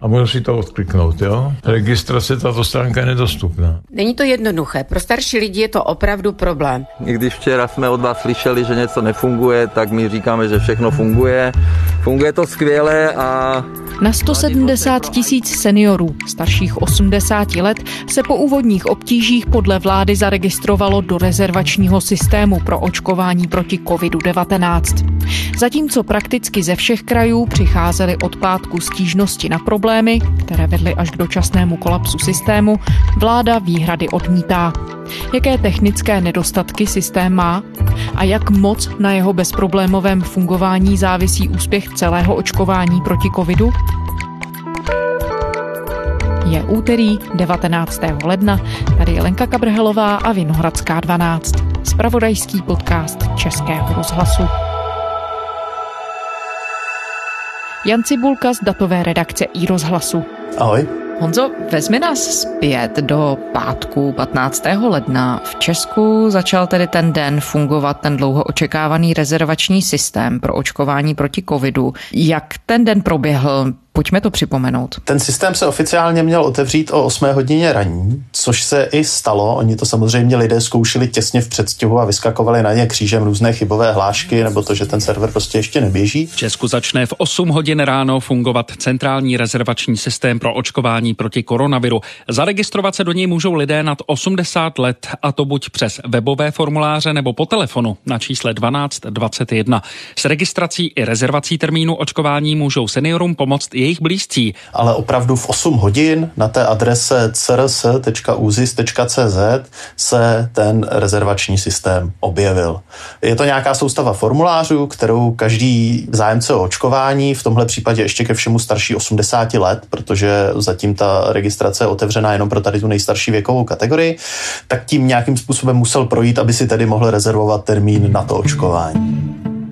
a můžu si to odkliknout, jo? Registrace, tato stránka je nedostupná. Není to jednoduché, pro starší lidi je to opravdu problém. Když včera jsme od vás slyšeli, že něco nefunguje, tak my říkáme, že všechno funguje. Funguje to skvěle a... Na 170 000 seniorů starších 80 let se po úvodních obtížích podle vlády zaregistrovalo do rezervačního systému pro očkování proti COVID-19. Zatímco prakticky ze všech krajů přicházely od pátku stížnosti na problémy, které vedly až k dočasnému kolapsu systému, vláda výhrady odmítá. Jaké technické nedostatky systém má a jak moc na jeho bezproblémovém fungování závisí úspěch celého očkování proti covidu? Je úterý 19. ledna, tady je Lenka Kabrhelová a Vinohradská 12, zpravodajský podcast Českého rozhlasu. Jan Cibulka z datové redakce iRozhlasu. Ahoj. Honzo, vezmi nás zpět do pátku 15. ledna. V Česku začal tedy ten den fungovat ten dlouho očekávaný rezervační systém pro očkování proti covidu. Jak ten den proběhl? Pojďme to připomenout. Ten systém se oficiálně měl otevřít o 8 hodině ranní, což se i stalo. Oni to samozřejmě lidé zkoušeli těsně v předstihu a vyskakovali na ně křížem různé chybové hlášky, nebo to, že ten server prostě ještě neběží. V Česku začne v 8 hodin ráno fungovat centrální rezervační systém pro očkování proti koronaviru. Zaregistrovat se do něj můžou lidé nad 80 let, a to buď přes webové formuláře nebo po telefonu na čísle 1221. S registrací i rezervací termínu očkování můžou seniorům pomoct jejich blízcí. Ale opravdu v 8 hodin na té adrese crs.uzis.cz se ten rezervační systém objevil. Je to nějaká soustava formulářů, kterou každý zájemce o očkování, v tomhle případě ještě ke všemu starší 80 let, protože zatím ta registrace je otevřená jenom pro tady tu nejstarší věkovou kategorii, tak tím nějakým způsobem musel projít, aby si tedy mohl rezervovat termín na to očkování.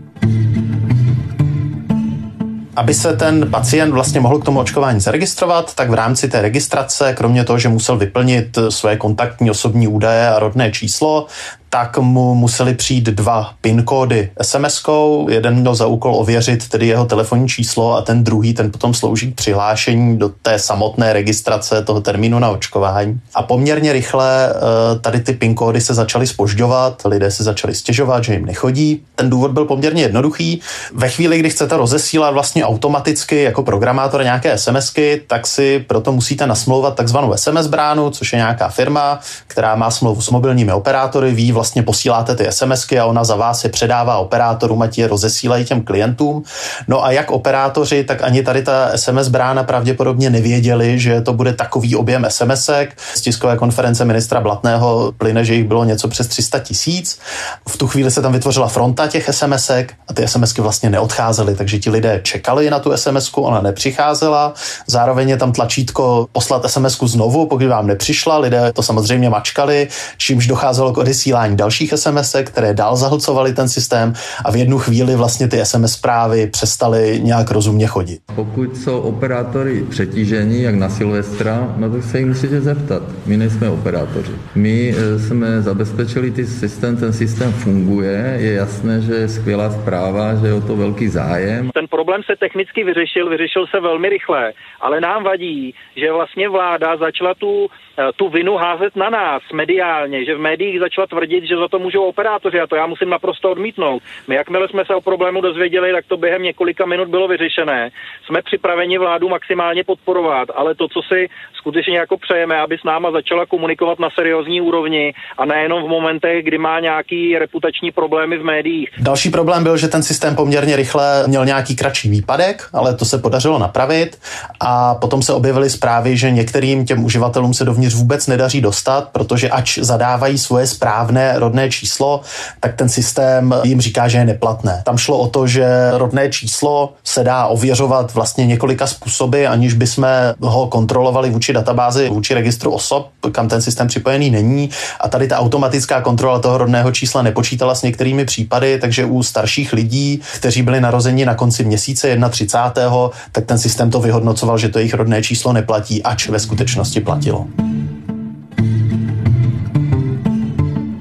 Aby se ten pacient vlastně mohl k tomu očkování zaregistrovat, tak v rámci té registrace, kromě toho, že musel vyplnit své kontaktní osobní údaje a rodné číslo, tak mu museli přijít 2 PIN kódy SMS-kou. Jeden měl za úkol ověřit tedy jeho telefonní číslo a ten druhý, ten potom slouží k přihlášení do té samotné registrace toho termínu na očkování. A poměrně rychle tady ty PIN kódy se začaly zpožďovat, lidé si začali stěžovat, že jim nechodí. Ten důvod byl poměrně jednoduchý. Ve chvíli, kdy chcete rozesílat vlastně automaticky jako programátor nějaké SMSky, tak si proto musíte nasmlouvat takzvanou SMS bránu, což je nějaká firma, která má smlouvu s mobilními operátory, ví vlastně posíláte ty SMSky a ona za vás je předává operátorům a ti je rozesílají těm klientům. No a jak operátoři, tak ani tady ta SMS brána pravděpodobně nevěděli, že to bude takový objem SMSek. Z tiskové konference ministra Blatného plyne, že jich bylo něco přes 300 000. V tu chvíli se tam vytvořila fronta těch SMSek a ty SMSky vlastně neodcházely, takže ti lidé čekali na tu SMSku, ona nepřicházela. Zároveň je tam tlačítko poslat SMSku znovu, pokud vám nepřišla, lidé to samozřejmě mačkali, čímž docházelo k odesílání dalších SMSek, které dál zahlcovaly ten systém a v jednu chvíli vlastně ty SMS zprávy přestaly nějak rozumně chodit. Pokud jsou operátory přetížení, jak na Silvestra, no tak se jich musíte zeptat. My nejsme operátoři. My jsme zabezpečili ten systém funguje, je jasné, že je skvělá zpráva, že je o to velký zájem. Ten problém se technicky vyřešil se velmi rychle, ale nám vadí, že vlastně vláda začala tu vinu házet na nás mediálně, že v médiích začala tvrdit, že za to můžou operátoři a to já musím naprosto odmítnout. My jakmile jsme se o problému dozvěděli, tak to během několika minut bylo vyřešené. Jsme připraveni vládu maximálně podporovat, ale to, co si skutečně jako přejeme, aby s náma začala komunikovat na seriózní úrovni a nejenom v momentech, kdy má nějaký reputační problémy v médiích. Další problém byl, že ten systém poměrně rychle měl nějaký kratší výpadek, ale to se podařilo napravit a potom se objevily zprávy, že některým těm uživatelům se dovnitř vůbec nedaří dostat, protože ač zadávají svoje správné rodné číslo, tak ten systém jim říká, že je neplatné. Tam šlo o to, že rodné číslo se dá ověřovat vlastně několika způsoby, aniž bychom ho kontrolovali vůči databázi, vůči registru osob, kam ten systém připojený není. A tady ta automatická kontrola toho rodného čísla nepočítala s některými případy, takže u starších lidí, kteří byli narozeni na konci měsíce 31., tak ten systém to vyhodnocoval, že to jejich rodné číslo neplatí, ač ve skutečnosti platilo.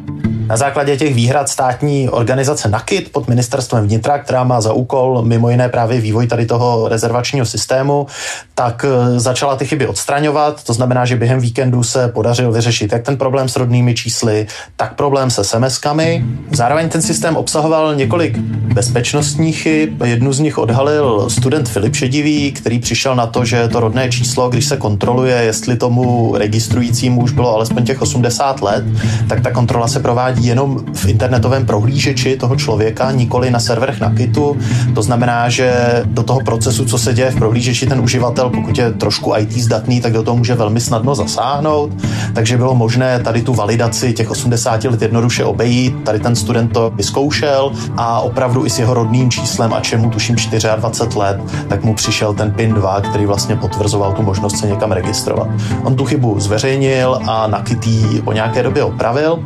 Na základě těch výhrad státní organizace NAKIT pod ministerstvem vnitra, která má za úkol mimo jiné právě vývoj tady toho rezervačního systému, tak začala ty chyby odstraňovat. To znamená, že během víkendu se podařilo vyřešit jak ten problém s rodnými čísly, tak problém se SMS-kami. Zároveň ten systém obsahoval několik bezpečnostních chyb. Jednu z nich odhalil student Filip Šedivý, který přišel na to, že to rodné číslo, když se kontroluje, jestli tomu registrujícímu už bylo alespoň těch 80 let, tak ta kontrola se provádí jenom v internetovém prohlížeči toho člověka, nikoli na serverech NAKITu. To znamená, že do toho procesu, co se děje v prohlížeči, ten uživatel, pokud je trošku IT zdatný, tak do toho může velmi snadno zasáhnout. Takže bylo možné tady tu validaci těch 80 let jednoduše obejít. Tady ten student to vyzkoušel a opravdu i s jeho rodným číslem, a čemu tuším 24 let, tak mu přišel ten PIN 2, který vlastně potvrzoval tu možnost se někam registrovat. On tu chybu zveřejnil a NAKIT ji po nějaké době opravil.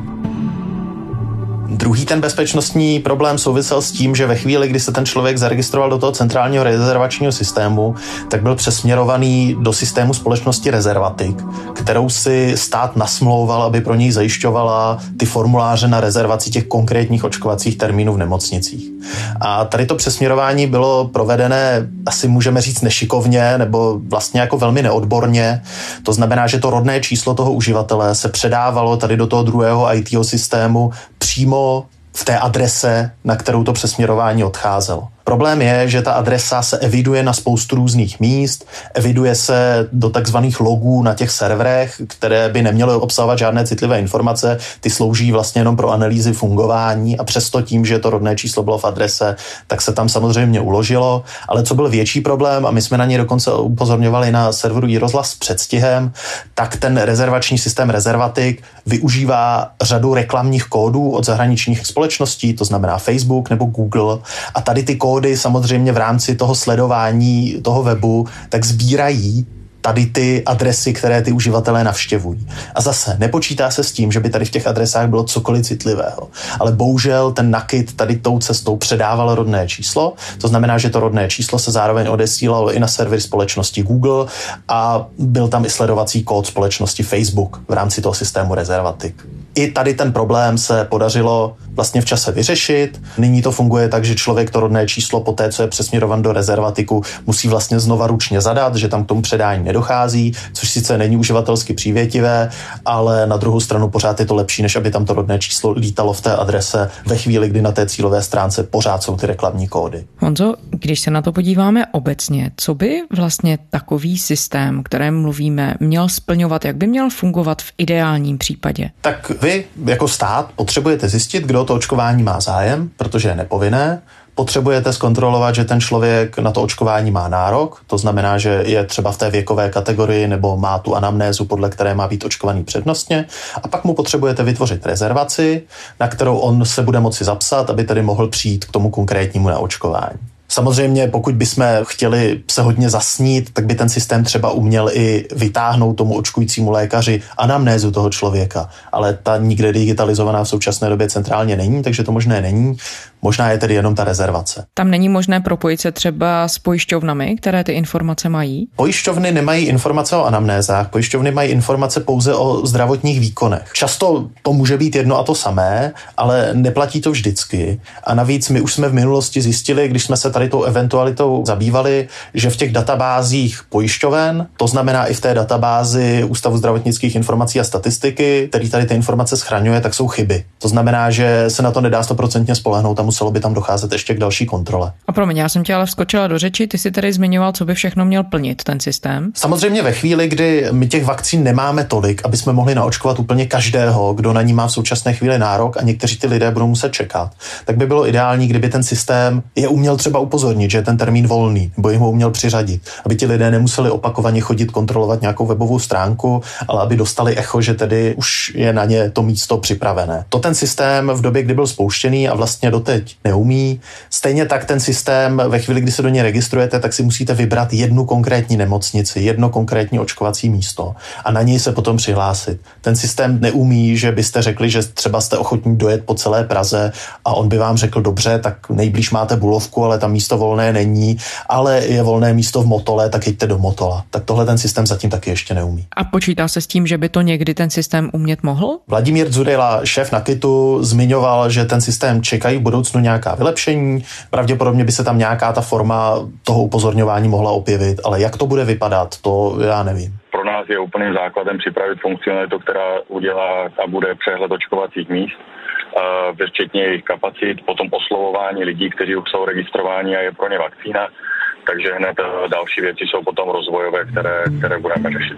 Druhý ten bezpečnostní problém souvisel s tím, že ve chvíli, kdy se ten člověk zaregistroval do toho centrálního rezervačního systému, tak byl přesměrovaný do systému společnosti Rezervatik, kterou si stát nasmlouval, aby pro něj zajišťovala ty formuláře na rezervaci těch konkrétních očkovacích termínů v nemocnicích. A tady to přesměrování bylo provedené, asi můžeme říct nešikovně, nebo vlastně jako velmi neodborně. To znamená, že to rodné číslo toho uživatele se předávalo tady do toho druhého IT systému přímo v té adrese, na kterou to přesměrování odcházelo. Problém je, že ta adresa se eviduje na spoustu různých míst, eviduje se do takzvaných logů na těch serverech, které by neměly obsahovat žádné citlivé informace, ty slouží vlastně jenom pro analýzy fungování a přesto tím, že to rodné číslo bylo v adrese, tak se tam samozřejmě uložilo, ale co byl větší problém, a my jsme na něj dokonce upozorňovali na serveru iRozhlas s předstihem, tak ten rezervační systém Rezervatik využívá řadu reklamních kódů od zahraničních společností, to znamená Facebook nebo Google, a tady ty kódy samozřejmě v rámci toho sledování toho webu tak sbírají tady ty adresy, které ty uživatelé navštěvují. A zase nepočítá se s tím, že by tady v těch adresách bylo cokoliv citlivého. Ale bohužel ten NAKIT tady tou cestou předával rodné číslo. To znamená, že to rodné číslo se zároveň odesílalo i na server společnosti Google a byl tam i sledovací kód společnosti Facebook v rámci toho systému Rezervatik. I tady ten problém se podařilo vlastně v čase vyřešit. Nyní to funguje tak, že člověk to rodné číslo po té, co je přesměrovan do Rezervatiku, musí vlastně znova ručně zadat, že tam k tomu předání nedochází, což sice není uživatelsky přívětivé, ale na druhou stranu pořád je to lepší, než aby tam to rodné číslo lítalo v té adrese ve chvíli, kdy na té cílové stránce pořád jsou ty reklamní kódy. Honzo, když se na to podíváme obecně, co by vlastně takový systém, kterém mluvíme, měl splňovat, jak by měl fungovat v ideálním případě? Tak vy jako stát potřebujete zjistit, kdo to očkování má zájem, protože je nepovinné. Potřebujete zkontrolovat, že ten člověk na to očkování má nárok, to znamená, že je třeba v té věkové kategorii nebo má tu anamnézu, podle které má být očkovaný přednostně, a pak mu potřebujete vytvořit rezervaci, na kterou on se bude moci zapsat, aby tedy mohl přijít k tomu konkrétnímu naočkování. Samozřejmě, pokud bychom chtěli se hodně zasnít, tak by ten systém třeba uměl i vytáhnout tomu očkujícímu lékaři anamnézu toho člověka, ale ta nikde digitalizovaná v současné době centrálně není, takže to možné není. Možná je tedy jenom ta rezervace. Tam není možné propojit se třeba s pojišťovnami, které ty informace mají? Pojišťovny nemají informace o anamnézách, pojišťovny mají informace pouze o zdravotních výkonech. Často to může být jedno a to samé, ale neplatí to vždycky. A navíc my už jsme v minulosti zjistili, když jsme se tady tou eventualitou zabývali, že v těch databázích pojišťoven, to znamená i v té databázi Ústavu zdravotnických informací a statistiky, který tady ty informace schraňuje, tak jsou chyby. To znamená, že se na to nedá 100% spolehnout a muselo by tam docházet ještě k další kontrole. A promiň, já jsem tě ale vskočila do řeči, ty si tady zmiňoval, co by všechno měl plnit ten systém. Samozřejmě ve chvíli, kdy my těch vakcín nemáme tolik, aby jsme mohli naočkovat úplně každého, kdo na ní má v současné chvíli nárok, a někteří ty lidé budou muset čekat, tak by bylo ideální, kdyby ten systém je uměl třeba upozornit, že je ten termín volný, nebo jim ho uměl přiřadit, aby ti lidé nemuseli opakovaně chodit kontrolovat nějakou webovou stránku, ale aby dostali echo, že tedy už je na ně to místo připravené. To ten systém v době, kdy byl spouštěný a vlastně doteď doteď neumí. Stejně tak ten systém, ve chvíli, kdy se do něj registrujete, tak si musíte vybrat jednu konkrétní nemocnici, jedno konkrétní očkovací místo a na něj se potom přihlásit. Ten systém neumí, že byste řekli, že třeba jste ochotní dojet po celé Praze a on by vám řekl, dobře, tak nejblíž máte Bulovku, ale tam místo volné není, ale je volné místo v Motole, tak jeďte do Motola. Tak tohle ten systém zatím taky ještě neumí. A počítá se s tím, že by to někdy ten systém umět mohl? Vladimír Dzurilla, šéf NAKITu, zmiňoval, že ten systém čekají v budoucnu nějaká vylepšení, pravděpodobně by se tam nějaká ta forma toho upozorňování mohla objevit, ale jak to bude vypadat, to já nevím. Pro nás je úplným základem připravit funkcionalitu, která udělá a bude přehled očkovacích míst, včetně jejich kapacit, potom oslovování lidí, kteří už jsou registrováni a je pro ně vakcína, takže hned další věci jsou potom rozvojové, které budeme řešit.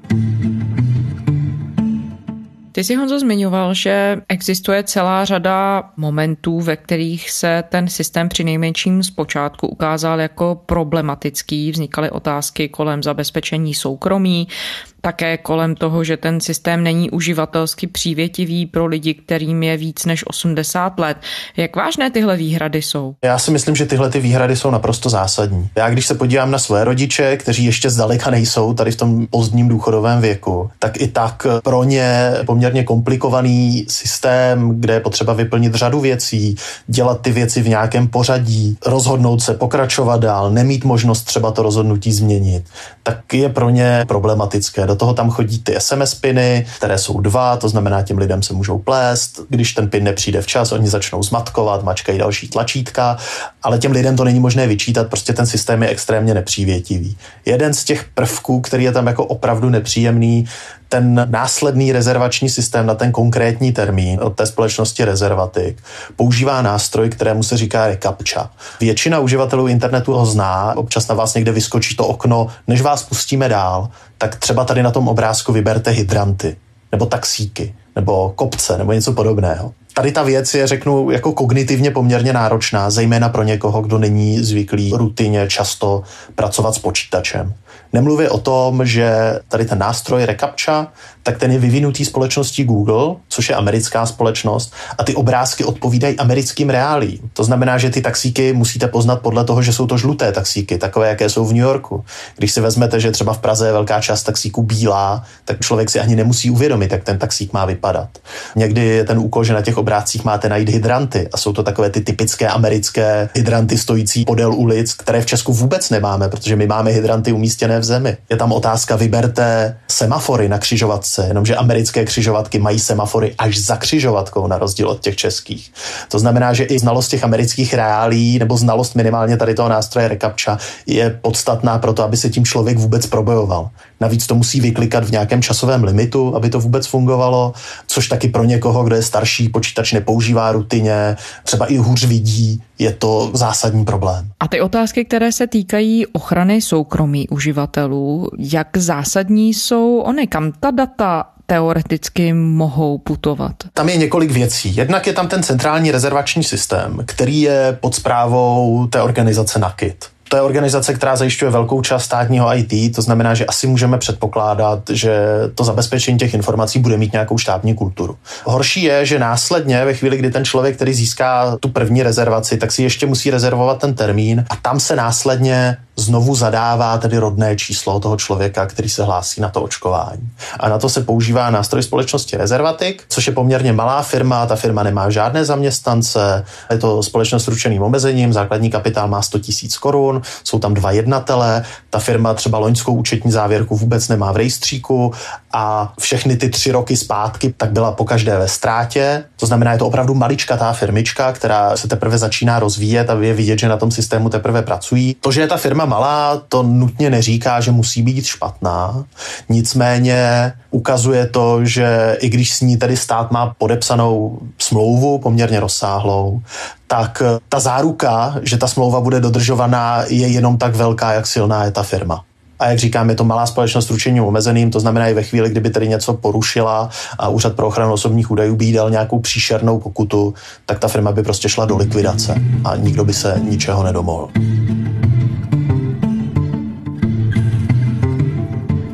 Ty jsi, Honzo, zmiňoval, že existuje celá řada momentů, ve kterých se ten systém přinejmenším zpočátku ukázal jako problematický. Vznikaly otázky kolem zabezpečení soukromí, také kolem toho, že ten systém není uživatelsky přívětivý pro lidi, kterým je víc než 80 let. Jak vážné tyhle výhrady jsou? Já si myslím, že tyhle ty výhrady jsou naprosto zásadní. Já když se podívám na své rodiče, kteří ještě zdaleka nejsou tady v tom pozdním důchodovém věku, tak i tak pro ně poměrně komplikovaný systém, kde je potřeba vyplnit řadu věcí, dělat ty věci v nějakém pořadí, rozhodnout se, pokračovat dál, nemít možnost třeba to rozhodnutí změnit, tak je pro ně problematické. Do toho tam chodí ty SMS piny, které jsou 2, to znamená, těm lidem se můžou plést. Když ten pin nepřijde včas, oni začnou zmatkovat, mačkají další tlačítka, ale těm lidem to není možné vyčítat, prostě ten systém je extrémně nepřívětivý. Jeden z těch prvků, který je tam jako opravdu nepříjemný, ten následný rezervační systém na ten konkrétní termín od té společnosti Rezervatic používá nástroj, kterému se říká reCAPTCHA. Většina uživatelů internetu ho zná, občas na vás někde vyskočí to okno, než vás pustíme dál, tak třeba tady na tom obrázku vyberte hydranty, nebo taxíky, nebo kopce, nebo něco podobného. Tady ta věc je, řeknu, jako kognitivně poměrně náročná, zejména pro někoho, kdo není zvyklý rutině často pracovat s počítačem. Nemluví o tom, že tady ten nástroj reCAPTCHA, tak ten je vyvinutý společností Google, což je americká společnost, a ty obrázky odpovídají americkým reálím. To znamená, že ty taxíky musíte poznat podle toho, že jsou to žluté taxíky, takové, jaké jsou v New Yorku. Když si vezmete, že třeba v Praze je velká část taxíků bílá, tak člověk si ani nemusí uvědomit, jak ten taxík má vypadat. Někdy je ten úkol, že na těch obrázcích máte najít hydranty a jsou to takové ty typické americké hydranty stojící podél ulic, které v Česku vůbec nemáme, protože my máme hydranty umístěné v zemi. Je tam otázka, vyberte semafory na křižovatce, jenomže americké křižovatky mají semafory až za křižovatkou na rozdíl od těch českých. To znamená, že i znalost těch amerických reálí nebo znalost minimálně tady toho nástroje reCAPTCHA je podstatná pro to, aby se tím člověk vůbec probojoval. Navíc to musí vyklikat v nějakém časovém limitu, aby to vůbec fungovalo, což taky pro někoho, kdo je starší, počítač nepoužívá rutině, třeba i hůř vidí, je to zásadní problém. A ty otázky, které se týkají ochrany soukromí uživatelů, jak zásadní jsou ony, kam ta data teoreticky mohou putovat? Tam je několik věcí. Jednak je tam ten centrální rezervační systém, který je pod správou té organizace NAKIT. To je organizace, která zajišťuje velkou část státního IT, to znamená, že asi můžeme předpokládat, že to zabezpečení těch informací bude mít nějakou štábní kulturu. Horší je, že následně ve chvíli, kdy ten člověk, který získá tu první rezervaci, tak si ještě musí rezervovat ten termín a tam se následně znovu zadává tedy rodné číslo toho člověka, který se hlásí na to očkování. A na to se používá nástroj společnosti Rezervatic, což je poměrně malá firma, ta firma nemá žádné zaměstnance, je to společnost s ručeným omezením, základní kapitál má 100 000 korun, jsou tam 2 jednatelé, ta firma třeba loňskou účetní závěrku vůbec nemá v rejstříku a všechny ty 3 roky zpátky tak byla pokaždé ve ztrátě. To znamená, je to opravdu maličkatá firmička, která se teprve začíná rozvíjet a je vidět, že na tom systému teprve pracují. To, že je ta firma malá, to nutně neříká, že musí být špatná. Nicméně ukazuje to, že i když s ní tedy stát má podepsanou smlouvu poměrně rozsáhlou, tak ta záruka, že ta smlouva bude dodržovaná, je jenom tak velká, jak silná je ta firma. A jak říkám, je to malá společnost s ručením omezeným, to znamená i ve chvíli, kdyby tedy něco porušila a Úřad pro ochranu osobních údajů by jí dal nějakou příšernou pokutu, tak ta firma by prostě šla do likvidace a nikdo by se ničeho nedomohl.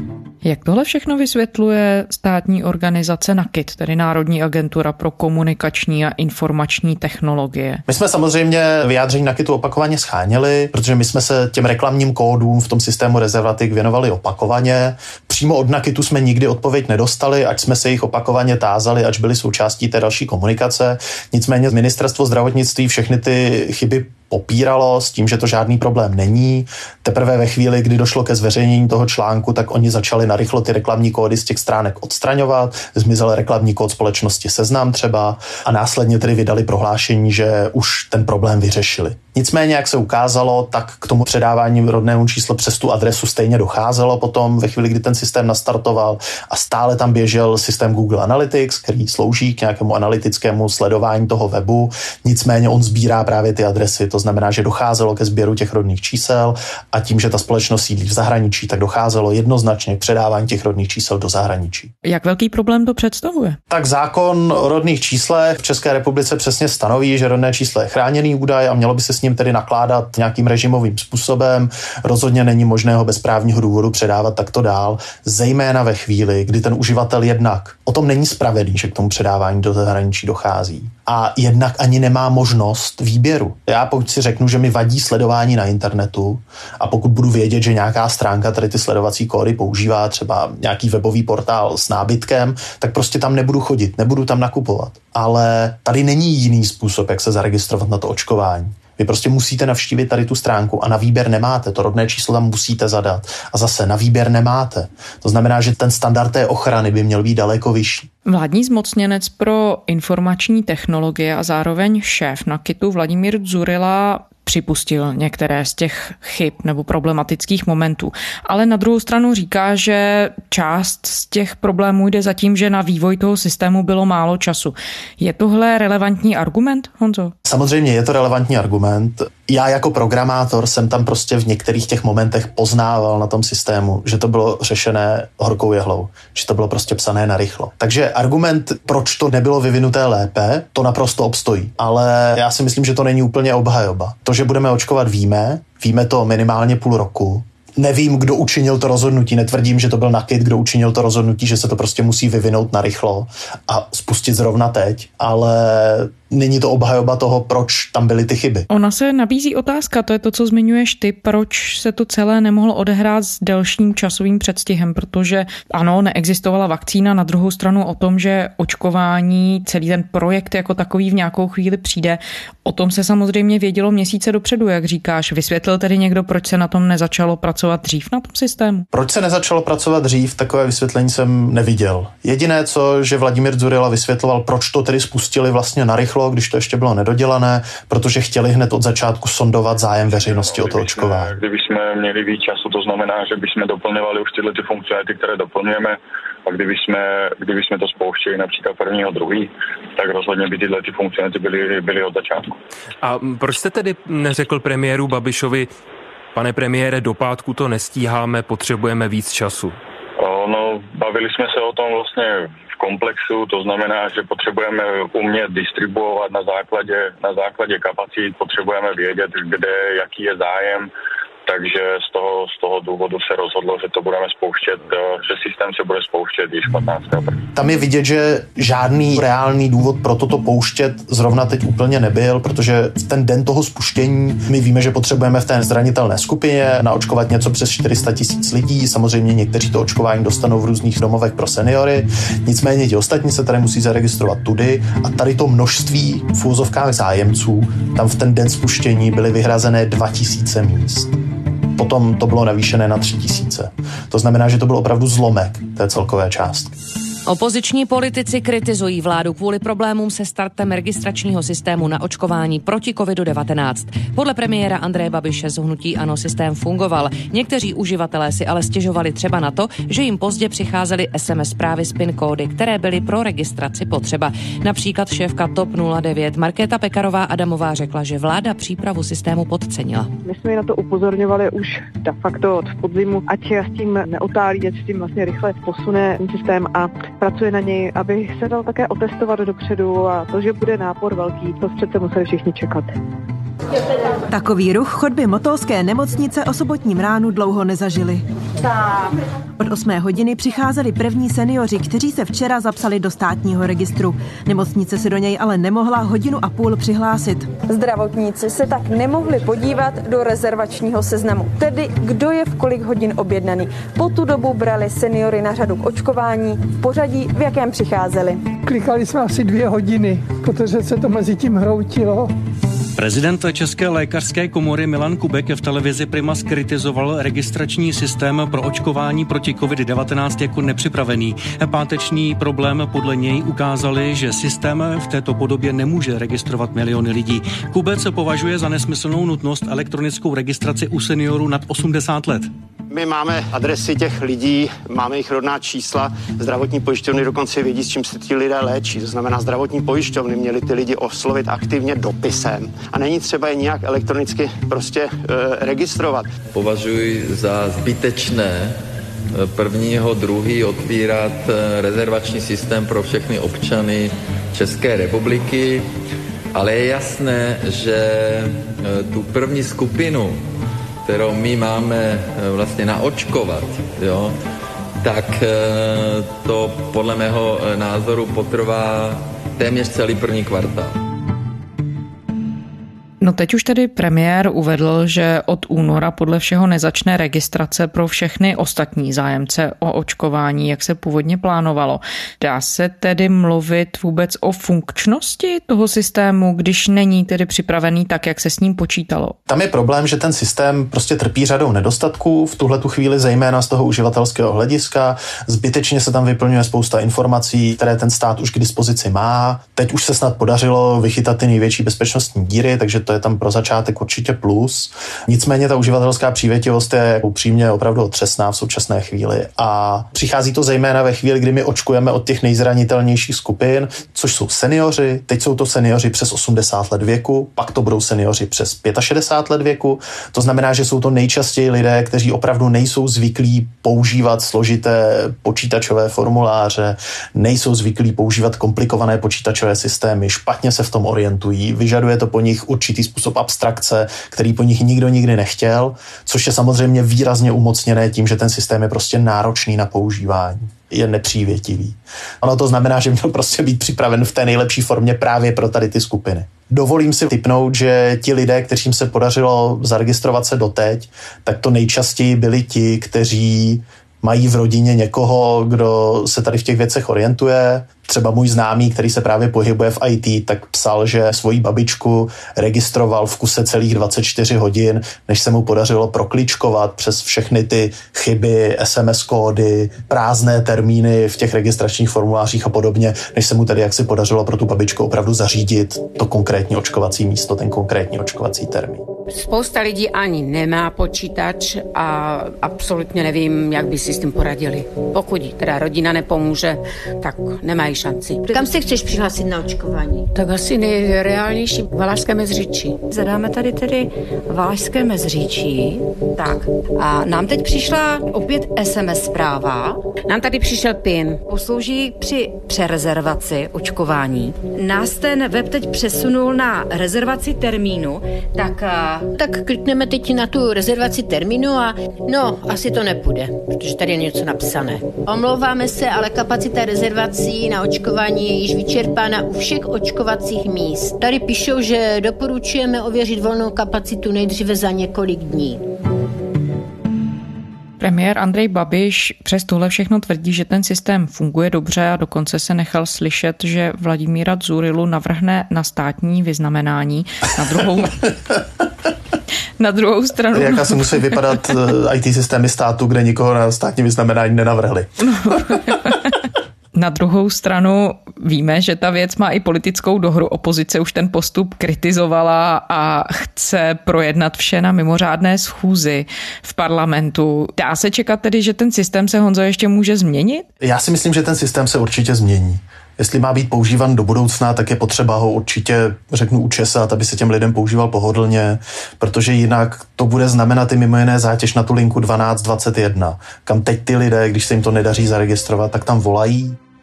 Jak tohle všechno vysvětluje státní organizace NAKIT, tedy Národní agentura pro komunikační a informační technologie? My jsme samozřejmě vyjádření NAKITu opakovaně sháněli, protože my jsme se těm reklamním kódům v tom systému Rezervatik věnovali opakovaně. Přímo od NAKITu jsme nikdy odpověď nedostali, ať jsme se jich opakovaně tázali, ač byli součástí té další komunikace. Nicméně Ministerstvo zdravotnictví všechny ty chyby popíralo s tím, že to žádný problém není. Teprve ve chvíli, kdy došlo ke zveřejnění toho článku, tak oni začali narychlo ty reklamní kódy z těch stránek odstraňovat. Zmizel reklamní kód společnosti Seznam třeba a následně tedy vydali prohlášení, že už ten problém vyřešili. Nicméně, jak se ukázalo, tak k tomu předávání rodnému čísla přes tu adresu stejně docházelo potom ve chvíli, kdy ten systém nastartoval a stále tam běžel systém Google Analytics, který slouží k nějakému analytickému sledování toho webu. Nicméně on sbírá právě ty adresy. To znamená, že docházelo ke sběru těch rodných čísel a tím, že ta společnost sídlí v zahraničí, tak docházelo jednoznačně k předávání těch rodných čísel do zahraničí. Jak velký problém to představuje? Tak zákon o rodných číslech v České republice přesně stanoví, že rodné číslo je chráněný údaj a mělo by se s ním tedy nakládat nějakým režimovým způsobem. Rozhodně není možné ho bez právního důvodu předávat takto dál, zejména ve chvíli, kdy ten uživatel jednak o tom není spravedlivý, že k tomu předávání do zahraničí dochází. A jednak ani nemá možnost výběru. Já pokud si řeknu, že mi vadí sledování na internetu a pokud budu vědět, že nějaká stránka tady ty sledovací kódy používá, třeba nějaký webový portál s nábytkem, tak prostě tam nebudu chodit, nebudu tam nakupovat. Ale tady není jiný způsob, jak se zaregistrovat na to očkování. Vy prostě musíte navštívit tady tu stránku a na výběr nemáte. To rodné číslo tam musíte zadat. A zase na výběr nemáte. To znamená, že ten standard té ochrany by měl být daleko vyšší. Vládní zmocněnec pro informační technologie a zároveň šéf NAKITu Vladimír Dzurilla připustil některé z těch chyb nebo problematických momentů. Ale na druhou stranu říká, že část z těch problémů jde za tím, že na vývoj toho systému bylo málo času. Je tohle relevantní argument, Honzo? Samozřejmě je to relevantní argument. Já jako programátor jsem tam prostě v některých těch momentech poznával na tom systému, že to bylo řešené horkou jehlou, že to bylo prostě psané narychlo. Takže argument, proč to nebylo vyvinuté lépe, to naprosto obstojí. Ale já si myslím, že to není úplně obhajoba. To, že budeme očkovat, víme to minimálně půl roku. Nevím, kdo učinil to rozhodnutí, netvrdím, že to byl NAKIT, kdo učinil to rozhodnutí, že se to prostě musí vyvinout narychlo a spustit zrovna teď, ale není to obhajoba toho, proč tam byly ty chyby. Ona se nabízí otázka, to je to, co zmiňuješ ty, proč se to celé nemohlo odehrát s delším časovým předstihem, protože ano, neexistovala vakcína, na druhou stranu o tom, že očkování, celý ten projekt jako takový v nějakou chvíli přijde, o tom se samozřejmě vědělo měsíce dopředu, jak říkáš. Vysvětlil tedy někdo, proč se na tom nezačalo pracovat dřív na tom systému? Proč se nezačalo pracovat dřív, takové vysvětlení jsem neviděl. Jediné, co, že Vladimír Dzurilla vysvětloval, proč to tedy spustili vlastně narychlo, když to ještě bylo nedodělané, protože chtěli hned od začátku sondovat zájem veřejnosti o to očkování. Kdyby jsme měli víc času, to znamená, že bychom doplňovali už tyhle ty funkcionality, které doplňujeme, a kdyby jsme to spouštěli například 1.2., tak rozhodně by tyhle ty funkcionality byly od začátku. A proč jste tedy neřekl premiéru Babišovi: pane premiére, do pátku to nestíháme, potřebujeme víc času? No, bavili jsme se o tom vlastně v komplexu, to znamená, že potřebujeme umět distribuovat na základě kapacit, potřebujeme vědět, kde, jaký je zájem, takže z toho důvodu se rozhodlo, že to budeme spouštět, že systém se bude spouštět již 15. Tam je vidět, že žádný reálný důvod pro toto pouštět zrovna teď úplně nebyl, protože v ten den toho spuštění my víme, že potřebujeme v té zranitelné skupině naočkovat něco přes 400 000 lidí. Samozřejmě někteří to očkování dostanou v různých domovech pro seniory, nicméně ti ostatní se tady musí zaregistrovat tudy a tady to množství v úvozovkách zájemců, tam v ten den spuštění byly vyhrazené 2000 míst. Potom to bylo navýšené na 3000. To znamená, že to byl opravdu zlomek té celkové částky. Opoziční politici kritizují vládu kvůli problémům se startem registračního systému na očkování proti COVID-19. Podle premiéra Andreje Babiše z hnutí ANO systém fungoval. Někteří uživatelé si ale stěžovali třeba na to, že jim pozdě přicházely SMS zprávy s PIN kódy, které byly pro registraci potřeba. Například šéfka TOP 09 Markéta Pekarová Adamová řekla, že vláda přípravu systému podcenila. My jsme na to upozorňovali už de facto od podzimu, ať s tím neotálí, ať s tím vlastně rychle posune systém a pracuje na něj, aby se dal také otestovat dopředu, a to, že bude nápor velký, to přece museli všichni čekat. Takový ruch chodby motolské nemocnice o sobotním ránu dlouho nezažili. Od 8 hodiny přicházeli první seniori, kteří se včera zapsali do státního registru. Nemocnice se do něj ale nemohla 1,5 hodiny přihlásit. Zdravotníci se tak nemohli podívat do rezervačního seznamu, tedy kdo je v kolik hodin objednaný. Po tu dobu brali seniory na řadu k očkování v pořadí, v jakém přicházeli. Klikali jsme asi 2 hodiny, protože se to mezi tím hroutilo. Prezident České lékařské komory Milan Kubek v televizi Prima zkritizoval registrační systém pro očkování proti COVID-19 jako nepřipravený. Páteční problém podle něj ukázali, že systém v této podobě nemůže registrovat miliony lidí. Kubec považuje za nesmyslnou nutnost elektronickou registraci u seniorů nad 80 let. My máme adresy těch lidí, máme jejich rodná čísla, zdravotní pojišťovny dokonce vědí, s čím se ti lidé léčí. To znamená, zdravotní pojišťovny měly ty lidi oslovit aktivně dopisem. A není třeba je nějak elektronicky registrovat. Považuji za zbytečné 1.2. otvírat rezervační systém pro všechny občany České republiky, ale je jasné, že tu první skupinu, kterou my máme vlastně naočkovat, jo, tak to podle mého názoru potrvá téměř celý první kvartál. No teď už tedy premiér uvedl, že od února podle všeho nezačne registrace pro všechny ostatní zájemce o očkování, jak se původně plánovalo. Dá se tedy mluvit vůbec o funkčnosti toho systému, když není tedy připravený tak, jak se s ním počítalo? Tam je problém, že ten systém prostě trpí řadou nedostatků, v tuhletu chvíli zejména z toho uživatelského hlediska. Zbytečně se tam vyplňuje spousta informací, které ten stát už k dispozici má. Teď už se snad podařilo vychytat ty největší bezpečnostní díry, takže to je tam pro začátek určitě plus. Nicméně ta uživatelská přívětivost je upřímně opravdu otřesná v současné chvíli a přichází to zejména ve chvíli, kdy my očkujeme od těch nejzranitelnějších skupin, což jsou seniori, teď jsou to seniori přes 80 let věku, pak to budou seniori přes 65 let věku. To znamená, že jsou to nejčastěji lidé, kteří opravdu nejsou zvyklí používat složité počítačové formuláře, nejsou zvyklí používat komplikované počítačové systémy, špatně se v tom orientují, vyžaduje to po nich určitý způsob abstrakce, který po nich nikdo nikdy nechtěl, což je samozřejmě výrazně umocněné tím, že ten systém je prostě náročný na používání. Je nepřívětivý. Ono to znamená, že měl prostě být připraven v té nejlepší formě právě pro tady ty skupiny. Dovolím si tipnout, že ti lidé, kterým se podařilo zaregistrovat se doteď, tak to nejčastěji byli ti, kteří mají v rodině někoho, kdo se tady v těch věcech orientuje. Třeba můj známý, který se právě pohybuje v IT, tak psal, že svoji babičku registroval v kuse celých 24 hodin, než se mu podařilo prokličkovat přes všechny ty chyby, SMS kódy, prázdné termíny v těch registračních formulářích a podobně, než se mu tedy jaksi podařilo pro tu babičku opravdu zařídit to konkrétní očkovací místo, ten konkrétní očkovací termín. Spousta lidí ani nemá počítač a absolutně nevím, jak by si s tím poradili. Pokud teda rodina nepomůže, tak nemají šanci. Kam se chceš přihlásit na očkování? Tak asi nejreálnější Valašské Meziříčí. Zadáme tady tedy Valašské Meziříčí. Tak a nám teď přišla opět SMS zpráva. Nám tady přišel PIN. Poslouží při přerezervaci očkování. Nás ten web teď přesunul na rezervaci termínu, tak klikneme teď na tu rezervaci termínu a no, asi to nepůjde, protože tady je něco napsané. Omlouváme se, ale kapacita rezervací na očkování je již vyčerpána u všech očkovacích míst. Tady píšou, že doporučujeme ověřit volnou kapacitu nejdříve za několik dní. Premiér Andrej Babiš přes tohle všechno tvrdí, že ten systém funguje dobře a dokonce se nechal slyšet, že Vladimíra Dzurilu navrhne na státní vyznamenání. Na druhou stranu... Jak asi musí vypadat IT systémy státu, kde nikoho na státní vyznamenání nenavrhli. Na druhou stranu víme, že ta věc má i politickou dohru. Opozice už ten postup kritizovala a chce projednat vše na mimořádné schůzi v parlamentu. Dá se čekat tedy, že ten systém se, Honzo, ještě může změnit? Já si myslím, že ten systém se určitě změní. Jestli má být používan do budoucna, tak je potřeba ho určitě, učesat, aby se těm lidem používal pohodlně, protože jinak to bude znamenat i mimo jiné zátěž na tu linku 1221, kam teď ty lidé, když se jim to nedaří zaregistrovat, tak tam volají.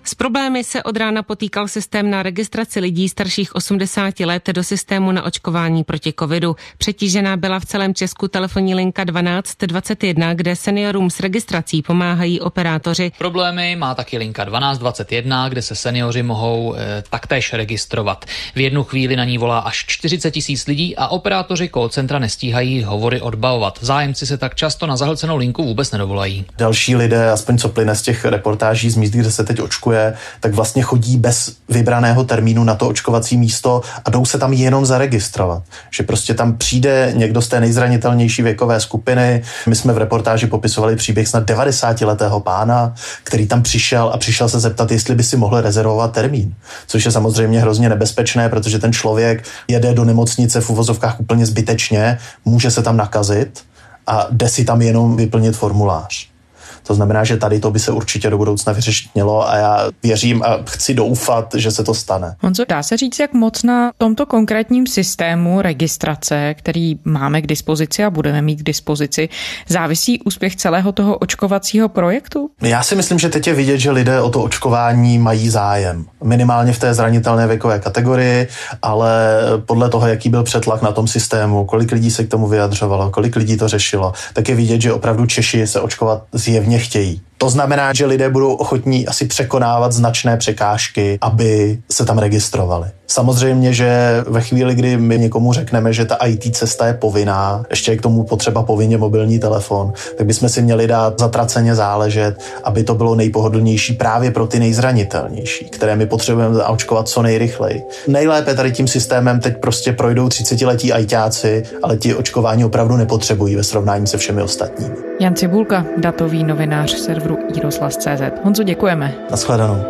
S problémy se od rána potýkal systém na registraci lidí starších 80 let do systému na očkování proti covidu. Přetížená byla v celém Česku telefonní linka 1221, kde seniorům s registrací pomáhají operátoři. Problémy má taky linka 1221, kde se seniori mohou taktéž registrovat. V jednu chvíli na ní volá až 40 000 lidí a operátoři call centra nestíhají hovory odbavovat. Zájemci se tak často na zahlcenou linku vůbec nedovolají. Další lidé, aspoň co plyne z těch reportáží z míst, kde se teď očkuje, tak vlastně chodí bez vybraného termínu na to očkovací místo a jdou se tam jenom zaregistrovat. Že prostě tam přijde někdo z té nejzranitelnější věkové skupiny. My jsme v reportáži popisovali příběh snad 90letého pána, který tam přišel a přišel se zeptat, jestli by si mohl rezervovat termín. Což je samozřejmě hrozně nebezpečné, protože ten člověk jede do nemocnice v uvozovkách úplně zbytečně, může se tam nakazit a jde si tam jenom vyplnit formulář. To znamená, že tady to by se určitě do budoucna vyřešit mělo a já věřím a chci doufat, že se to stane. Honzo, dá se říct, jak moc na tomto konkrétním systému registrace, který máme k dispozici a budeme mít k dispozici, závisí úspěch celého toho očkovacího projektu? Já si myslím, že teď je vidět, že lidé o to očkování mají zájem. Minimálně v té zranitelné věkové kategorii, ale podle toho, jaký byl přetlak na tom systému, kolik lidí se k tomu vyjadřovalo, kolik lidí to řešilo, tak je vidět, že opravdu Češi se očkovat zjevně chtějí. To znamená, že lidé budou ochotní asi překonávat značné překážky, aby se tam registrovali. Samozřejmě, že ve chvíli, kdy my někomu řekneme, že ta IT cesta je povinná, ještě je k tomu potřeba povinně mobilní telefon, tak bychom si měli dát zatraceně záležet, aby to bylo nejpohodlnější právě pro ty nejzranitelnější, které my potřebujeme zaočkovat co nejrychleji. Nejlépe tady tím systémem teď prostě projdou 30letí ajťáci, ale ti očkování opravdu nepotřebují ve srovnání se všemi ostatními. Jan Cibulka, datový novinář serveru iRozhlas.cz. Honzo, děkujeme. Naschledanou.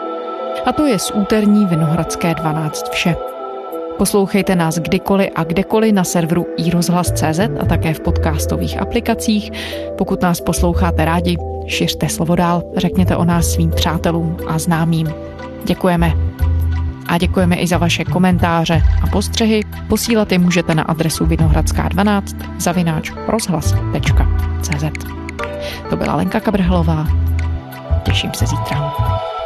A to je z úterní Vinohradské 12 vše. Poslouchejte nás kdykoliv a kdekoliv na serveru iRozhlas.cz a také v podcastových aplikacích. Pokud nás posloucháte rádi, šiřte slovo dál, řekněte o nás svým přátelům a známým. Děkujeme. A děkujeme i za vaše komentáře a postřehy. Posílat je můžete na adresu vinohradská12 @rozhlas.cz. To byla Lenka Kabrhelová. Těším se zítra.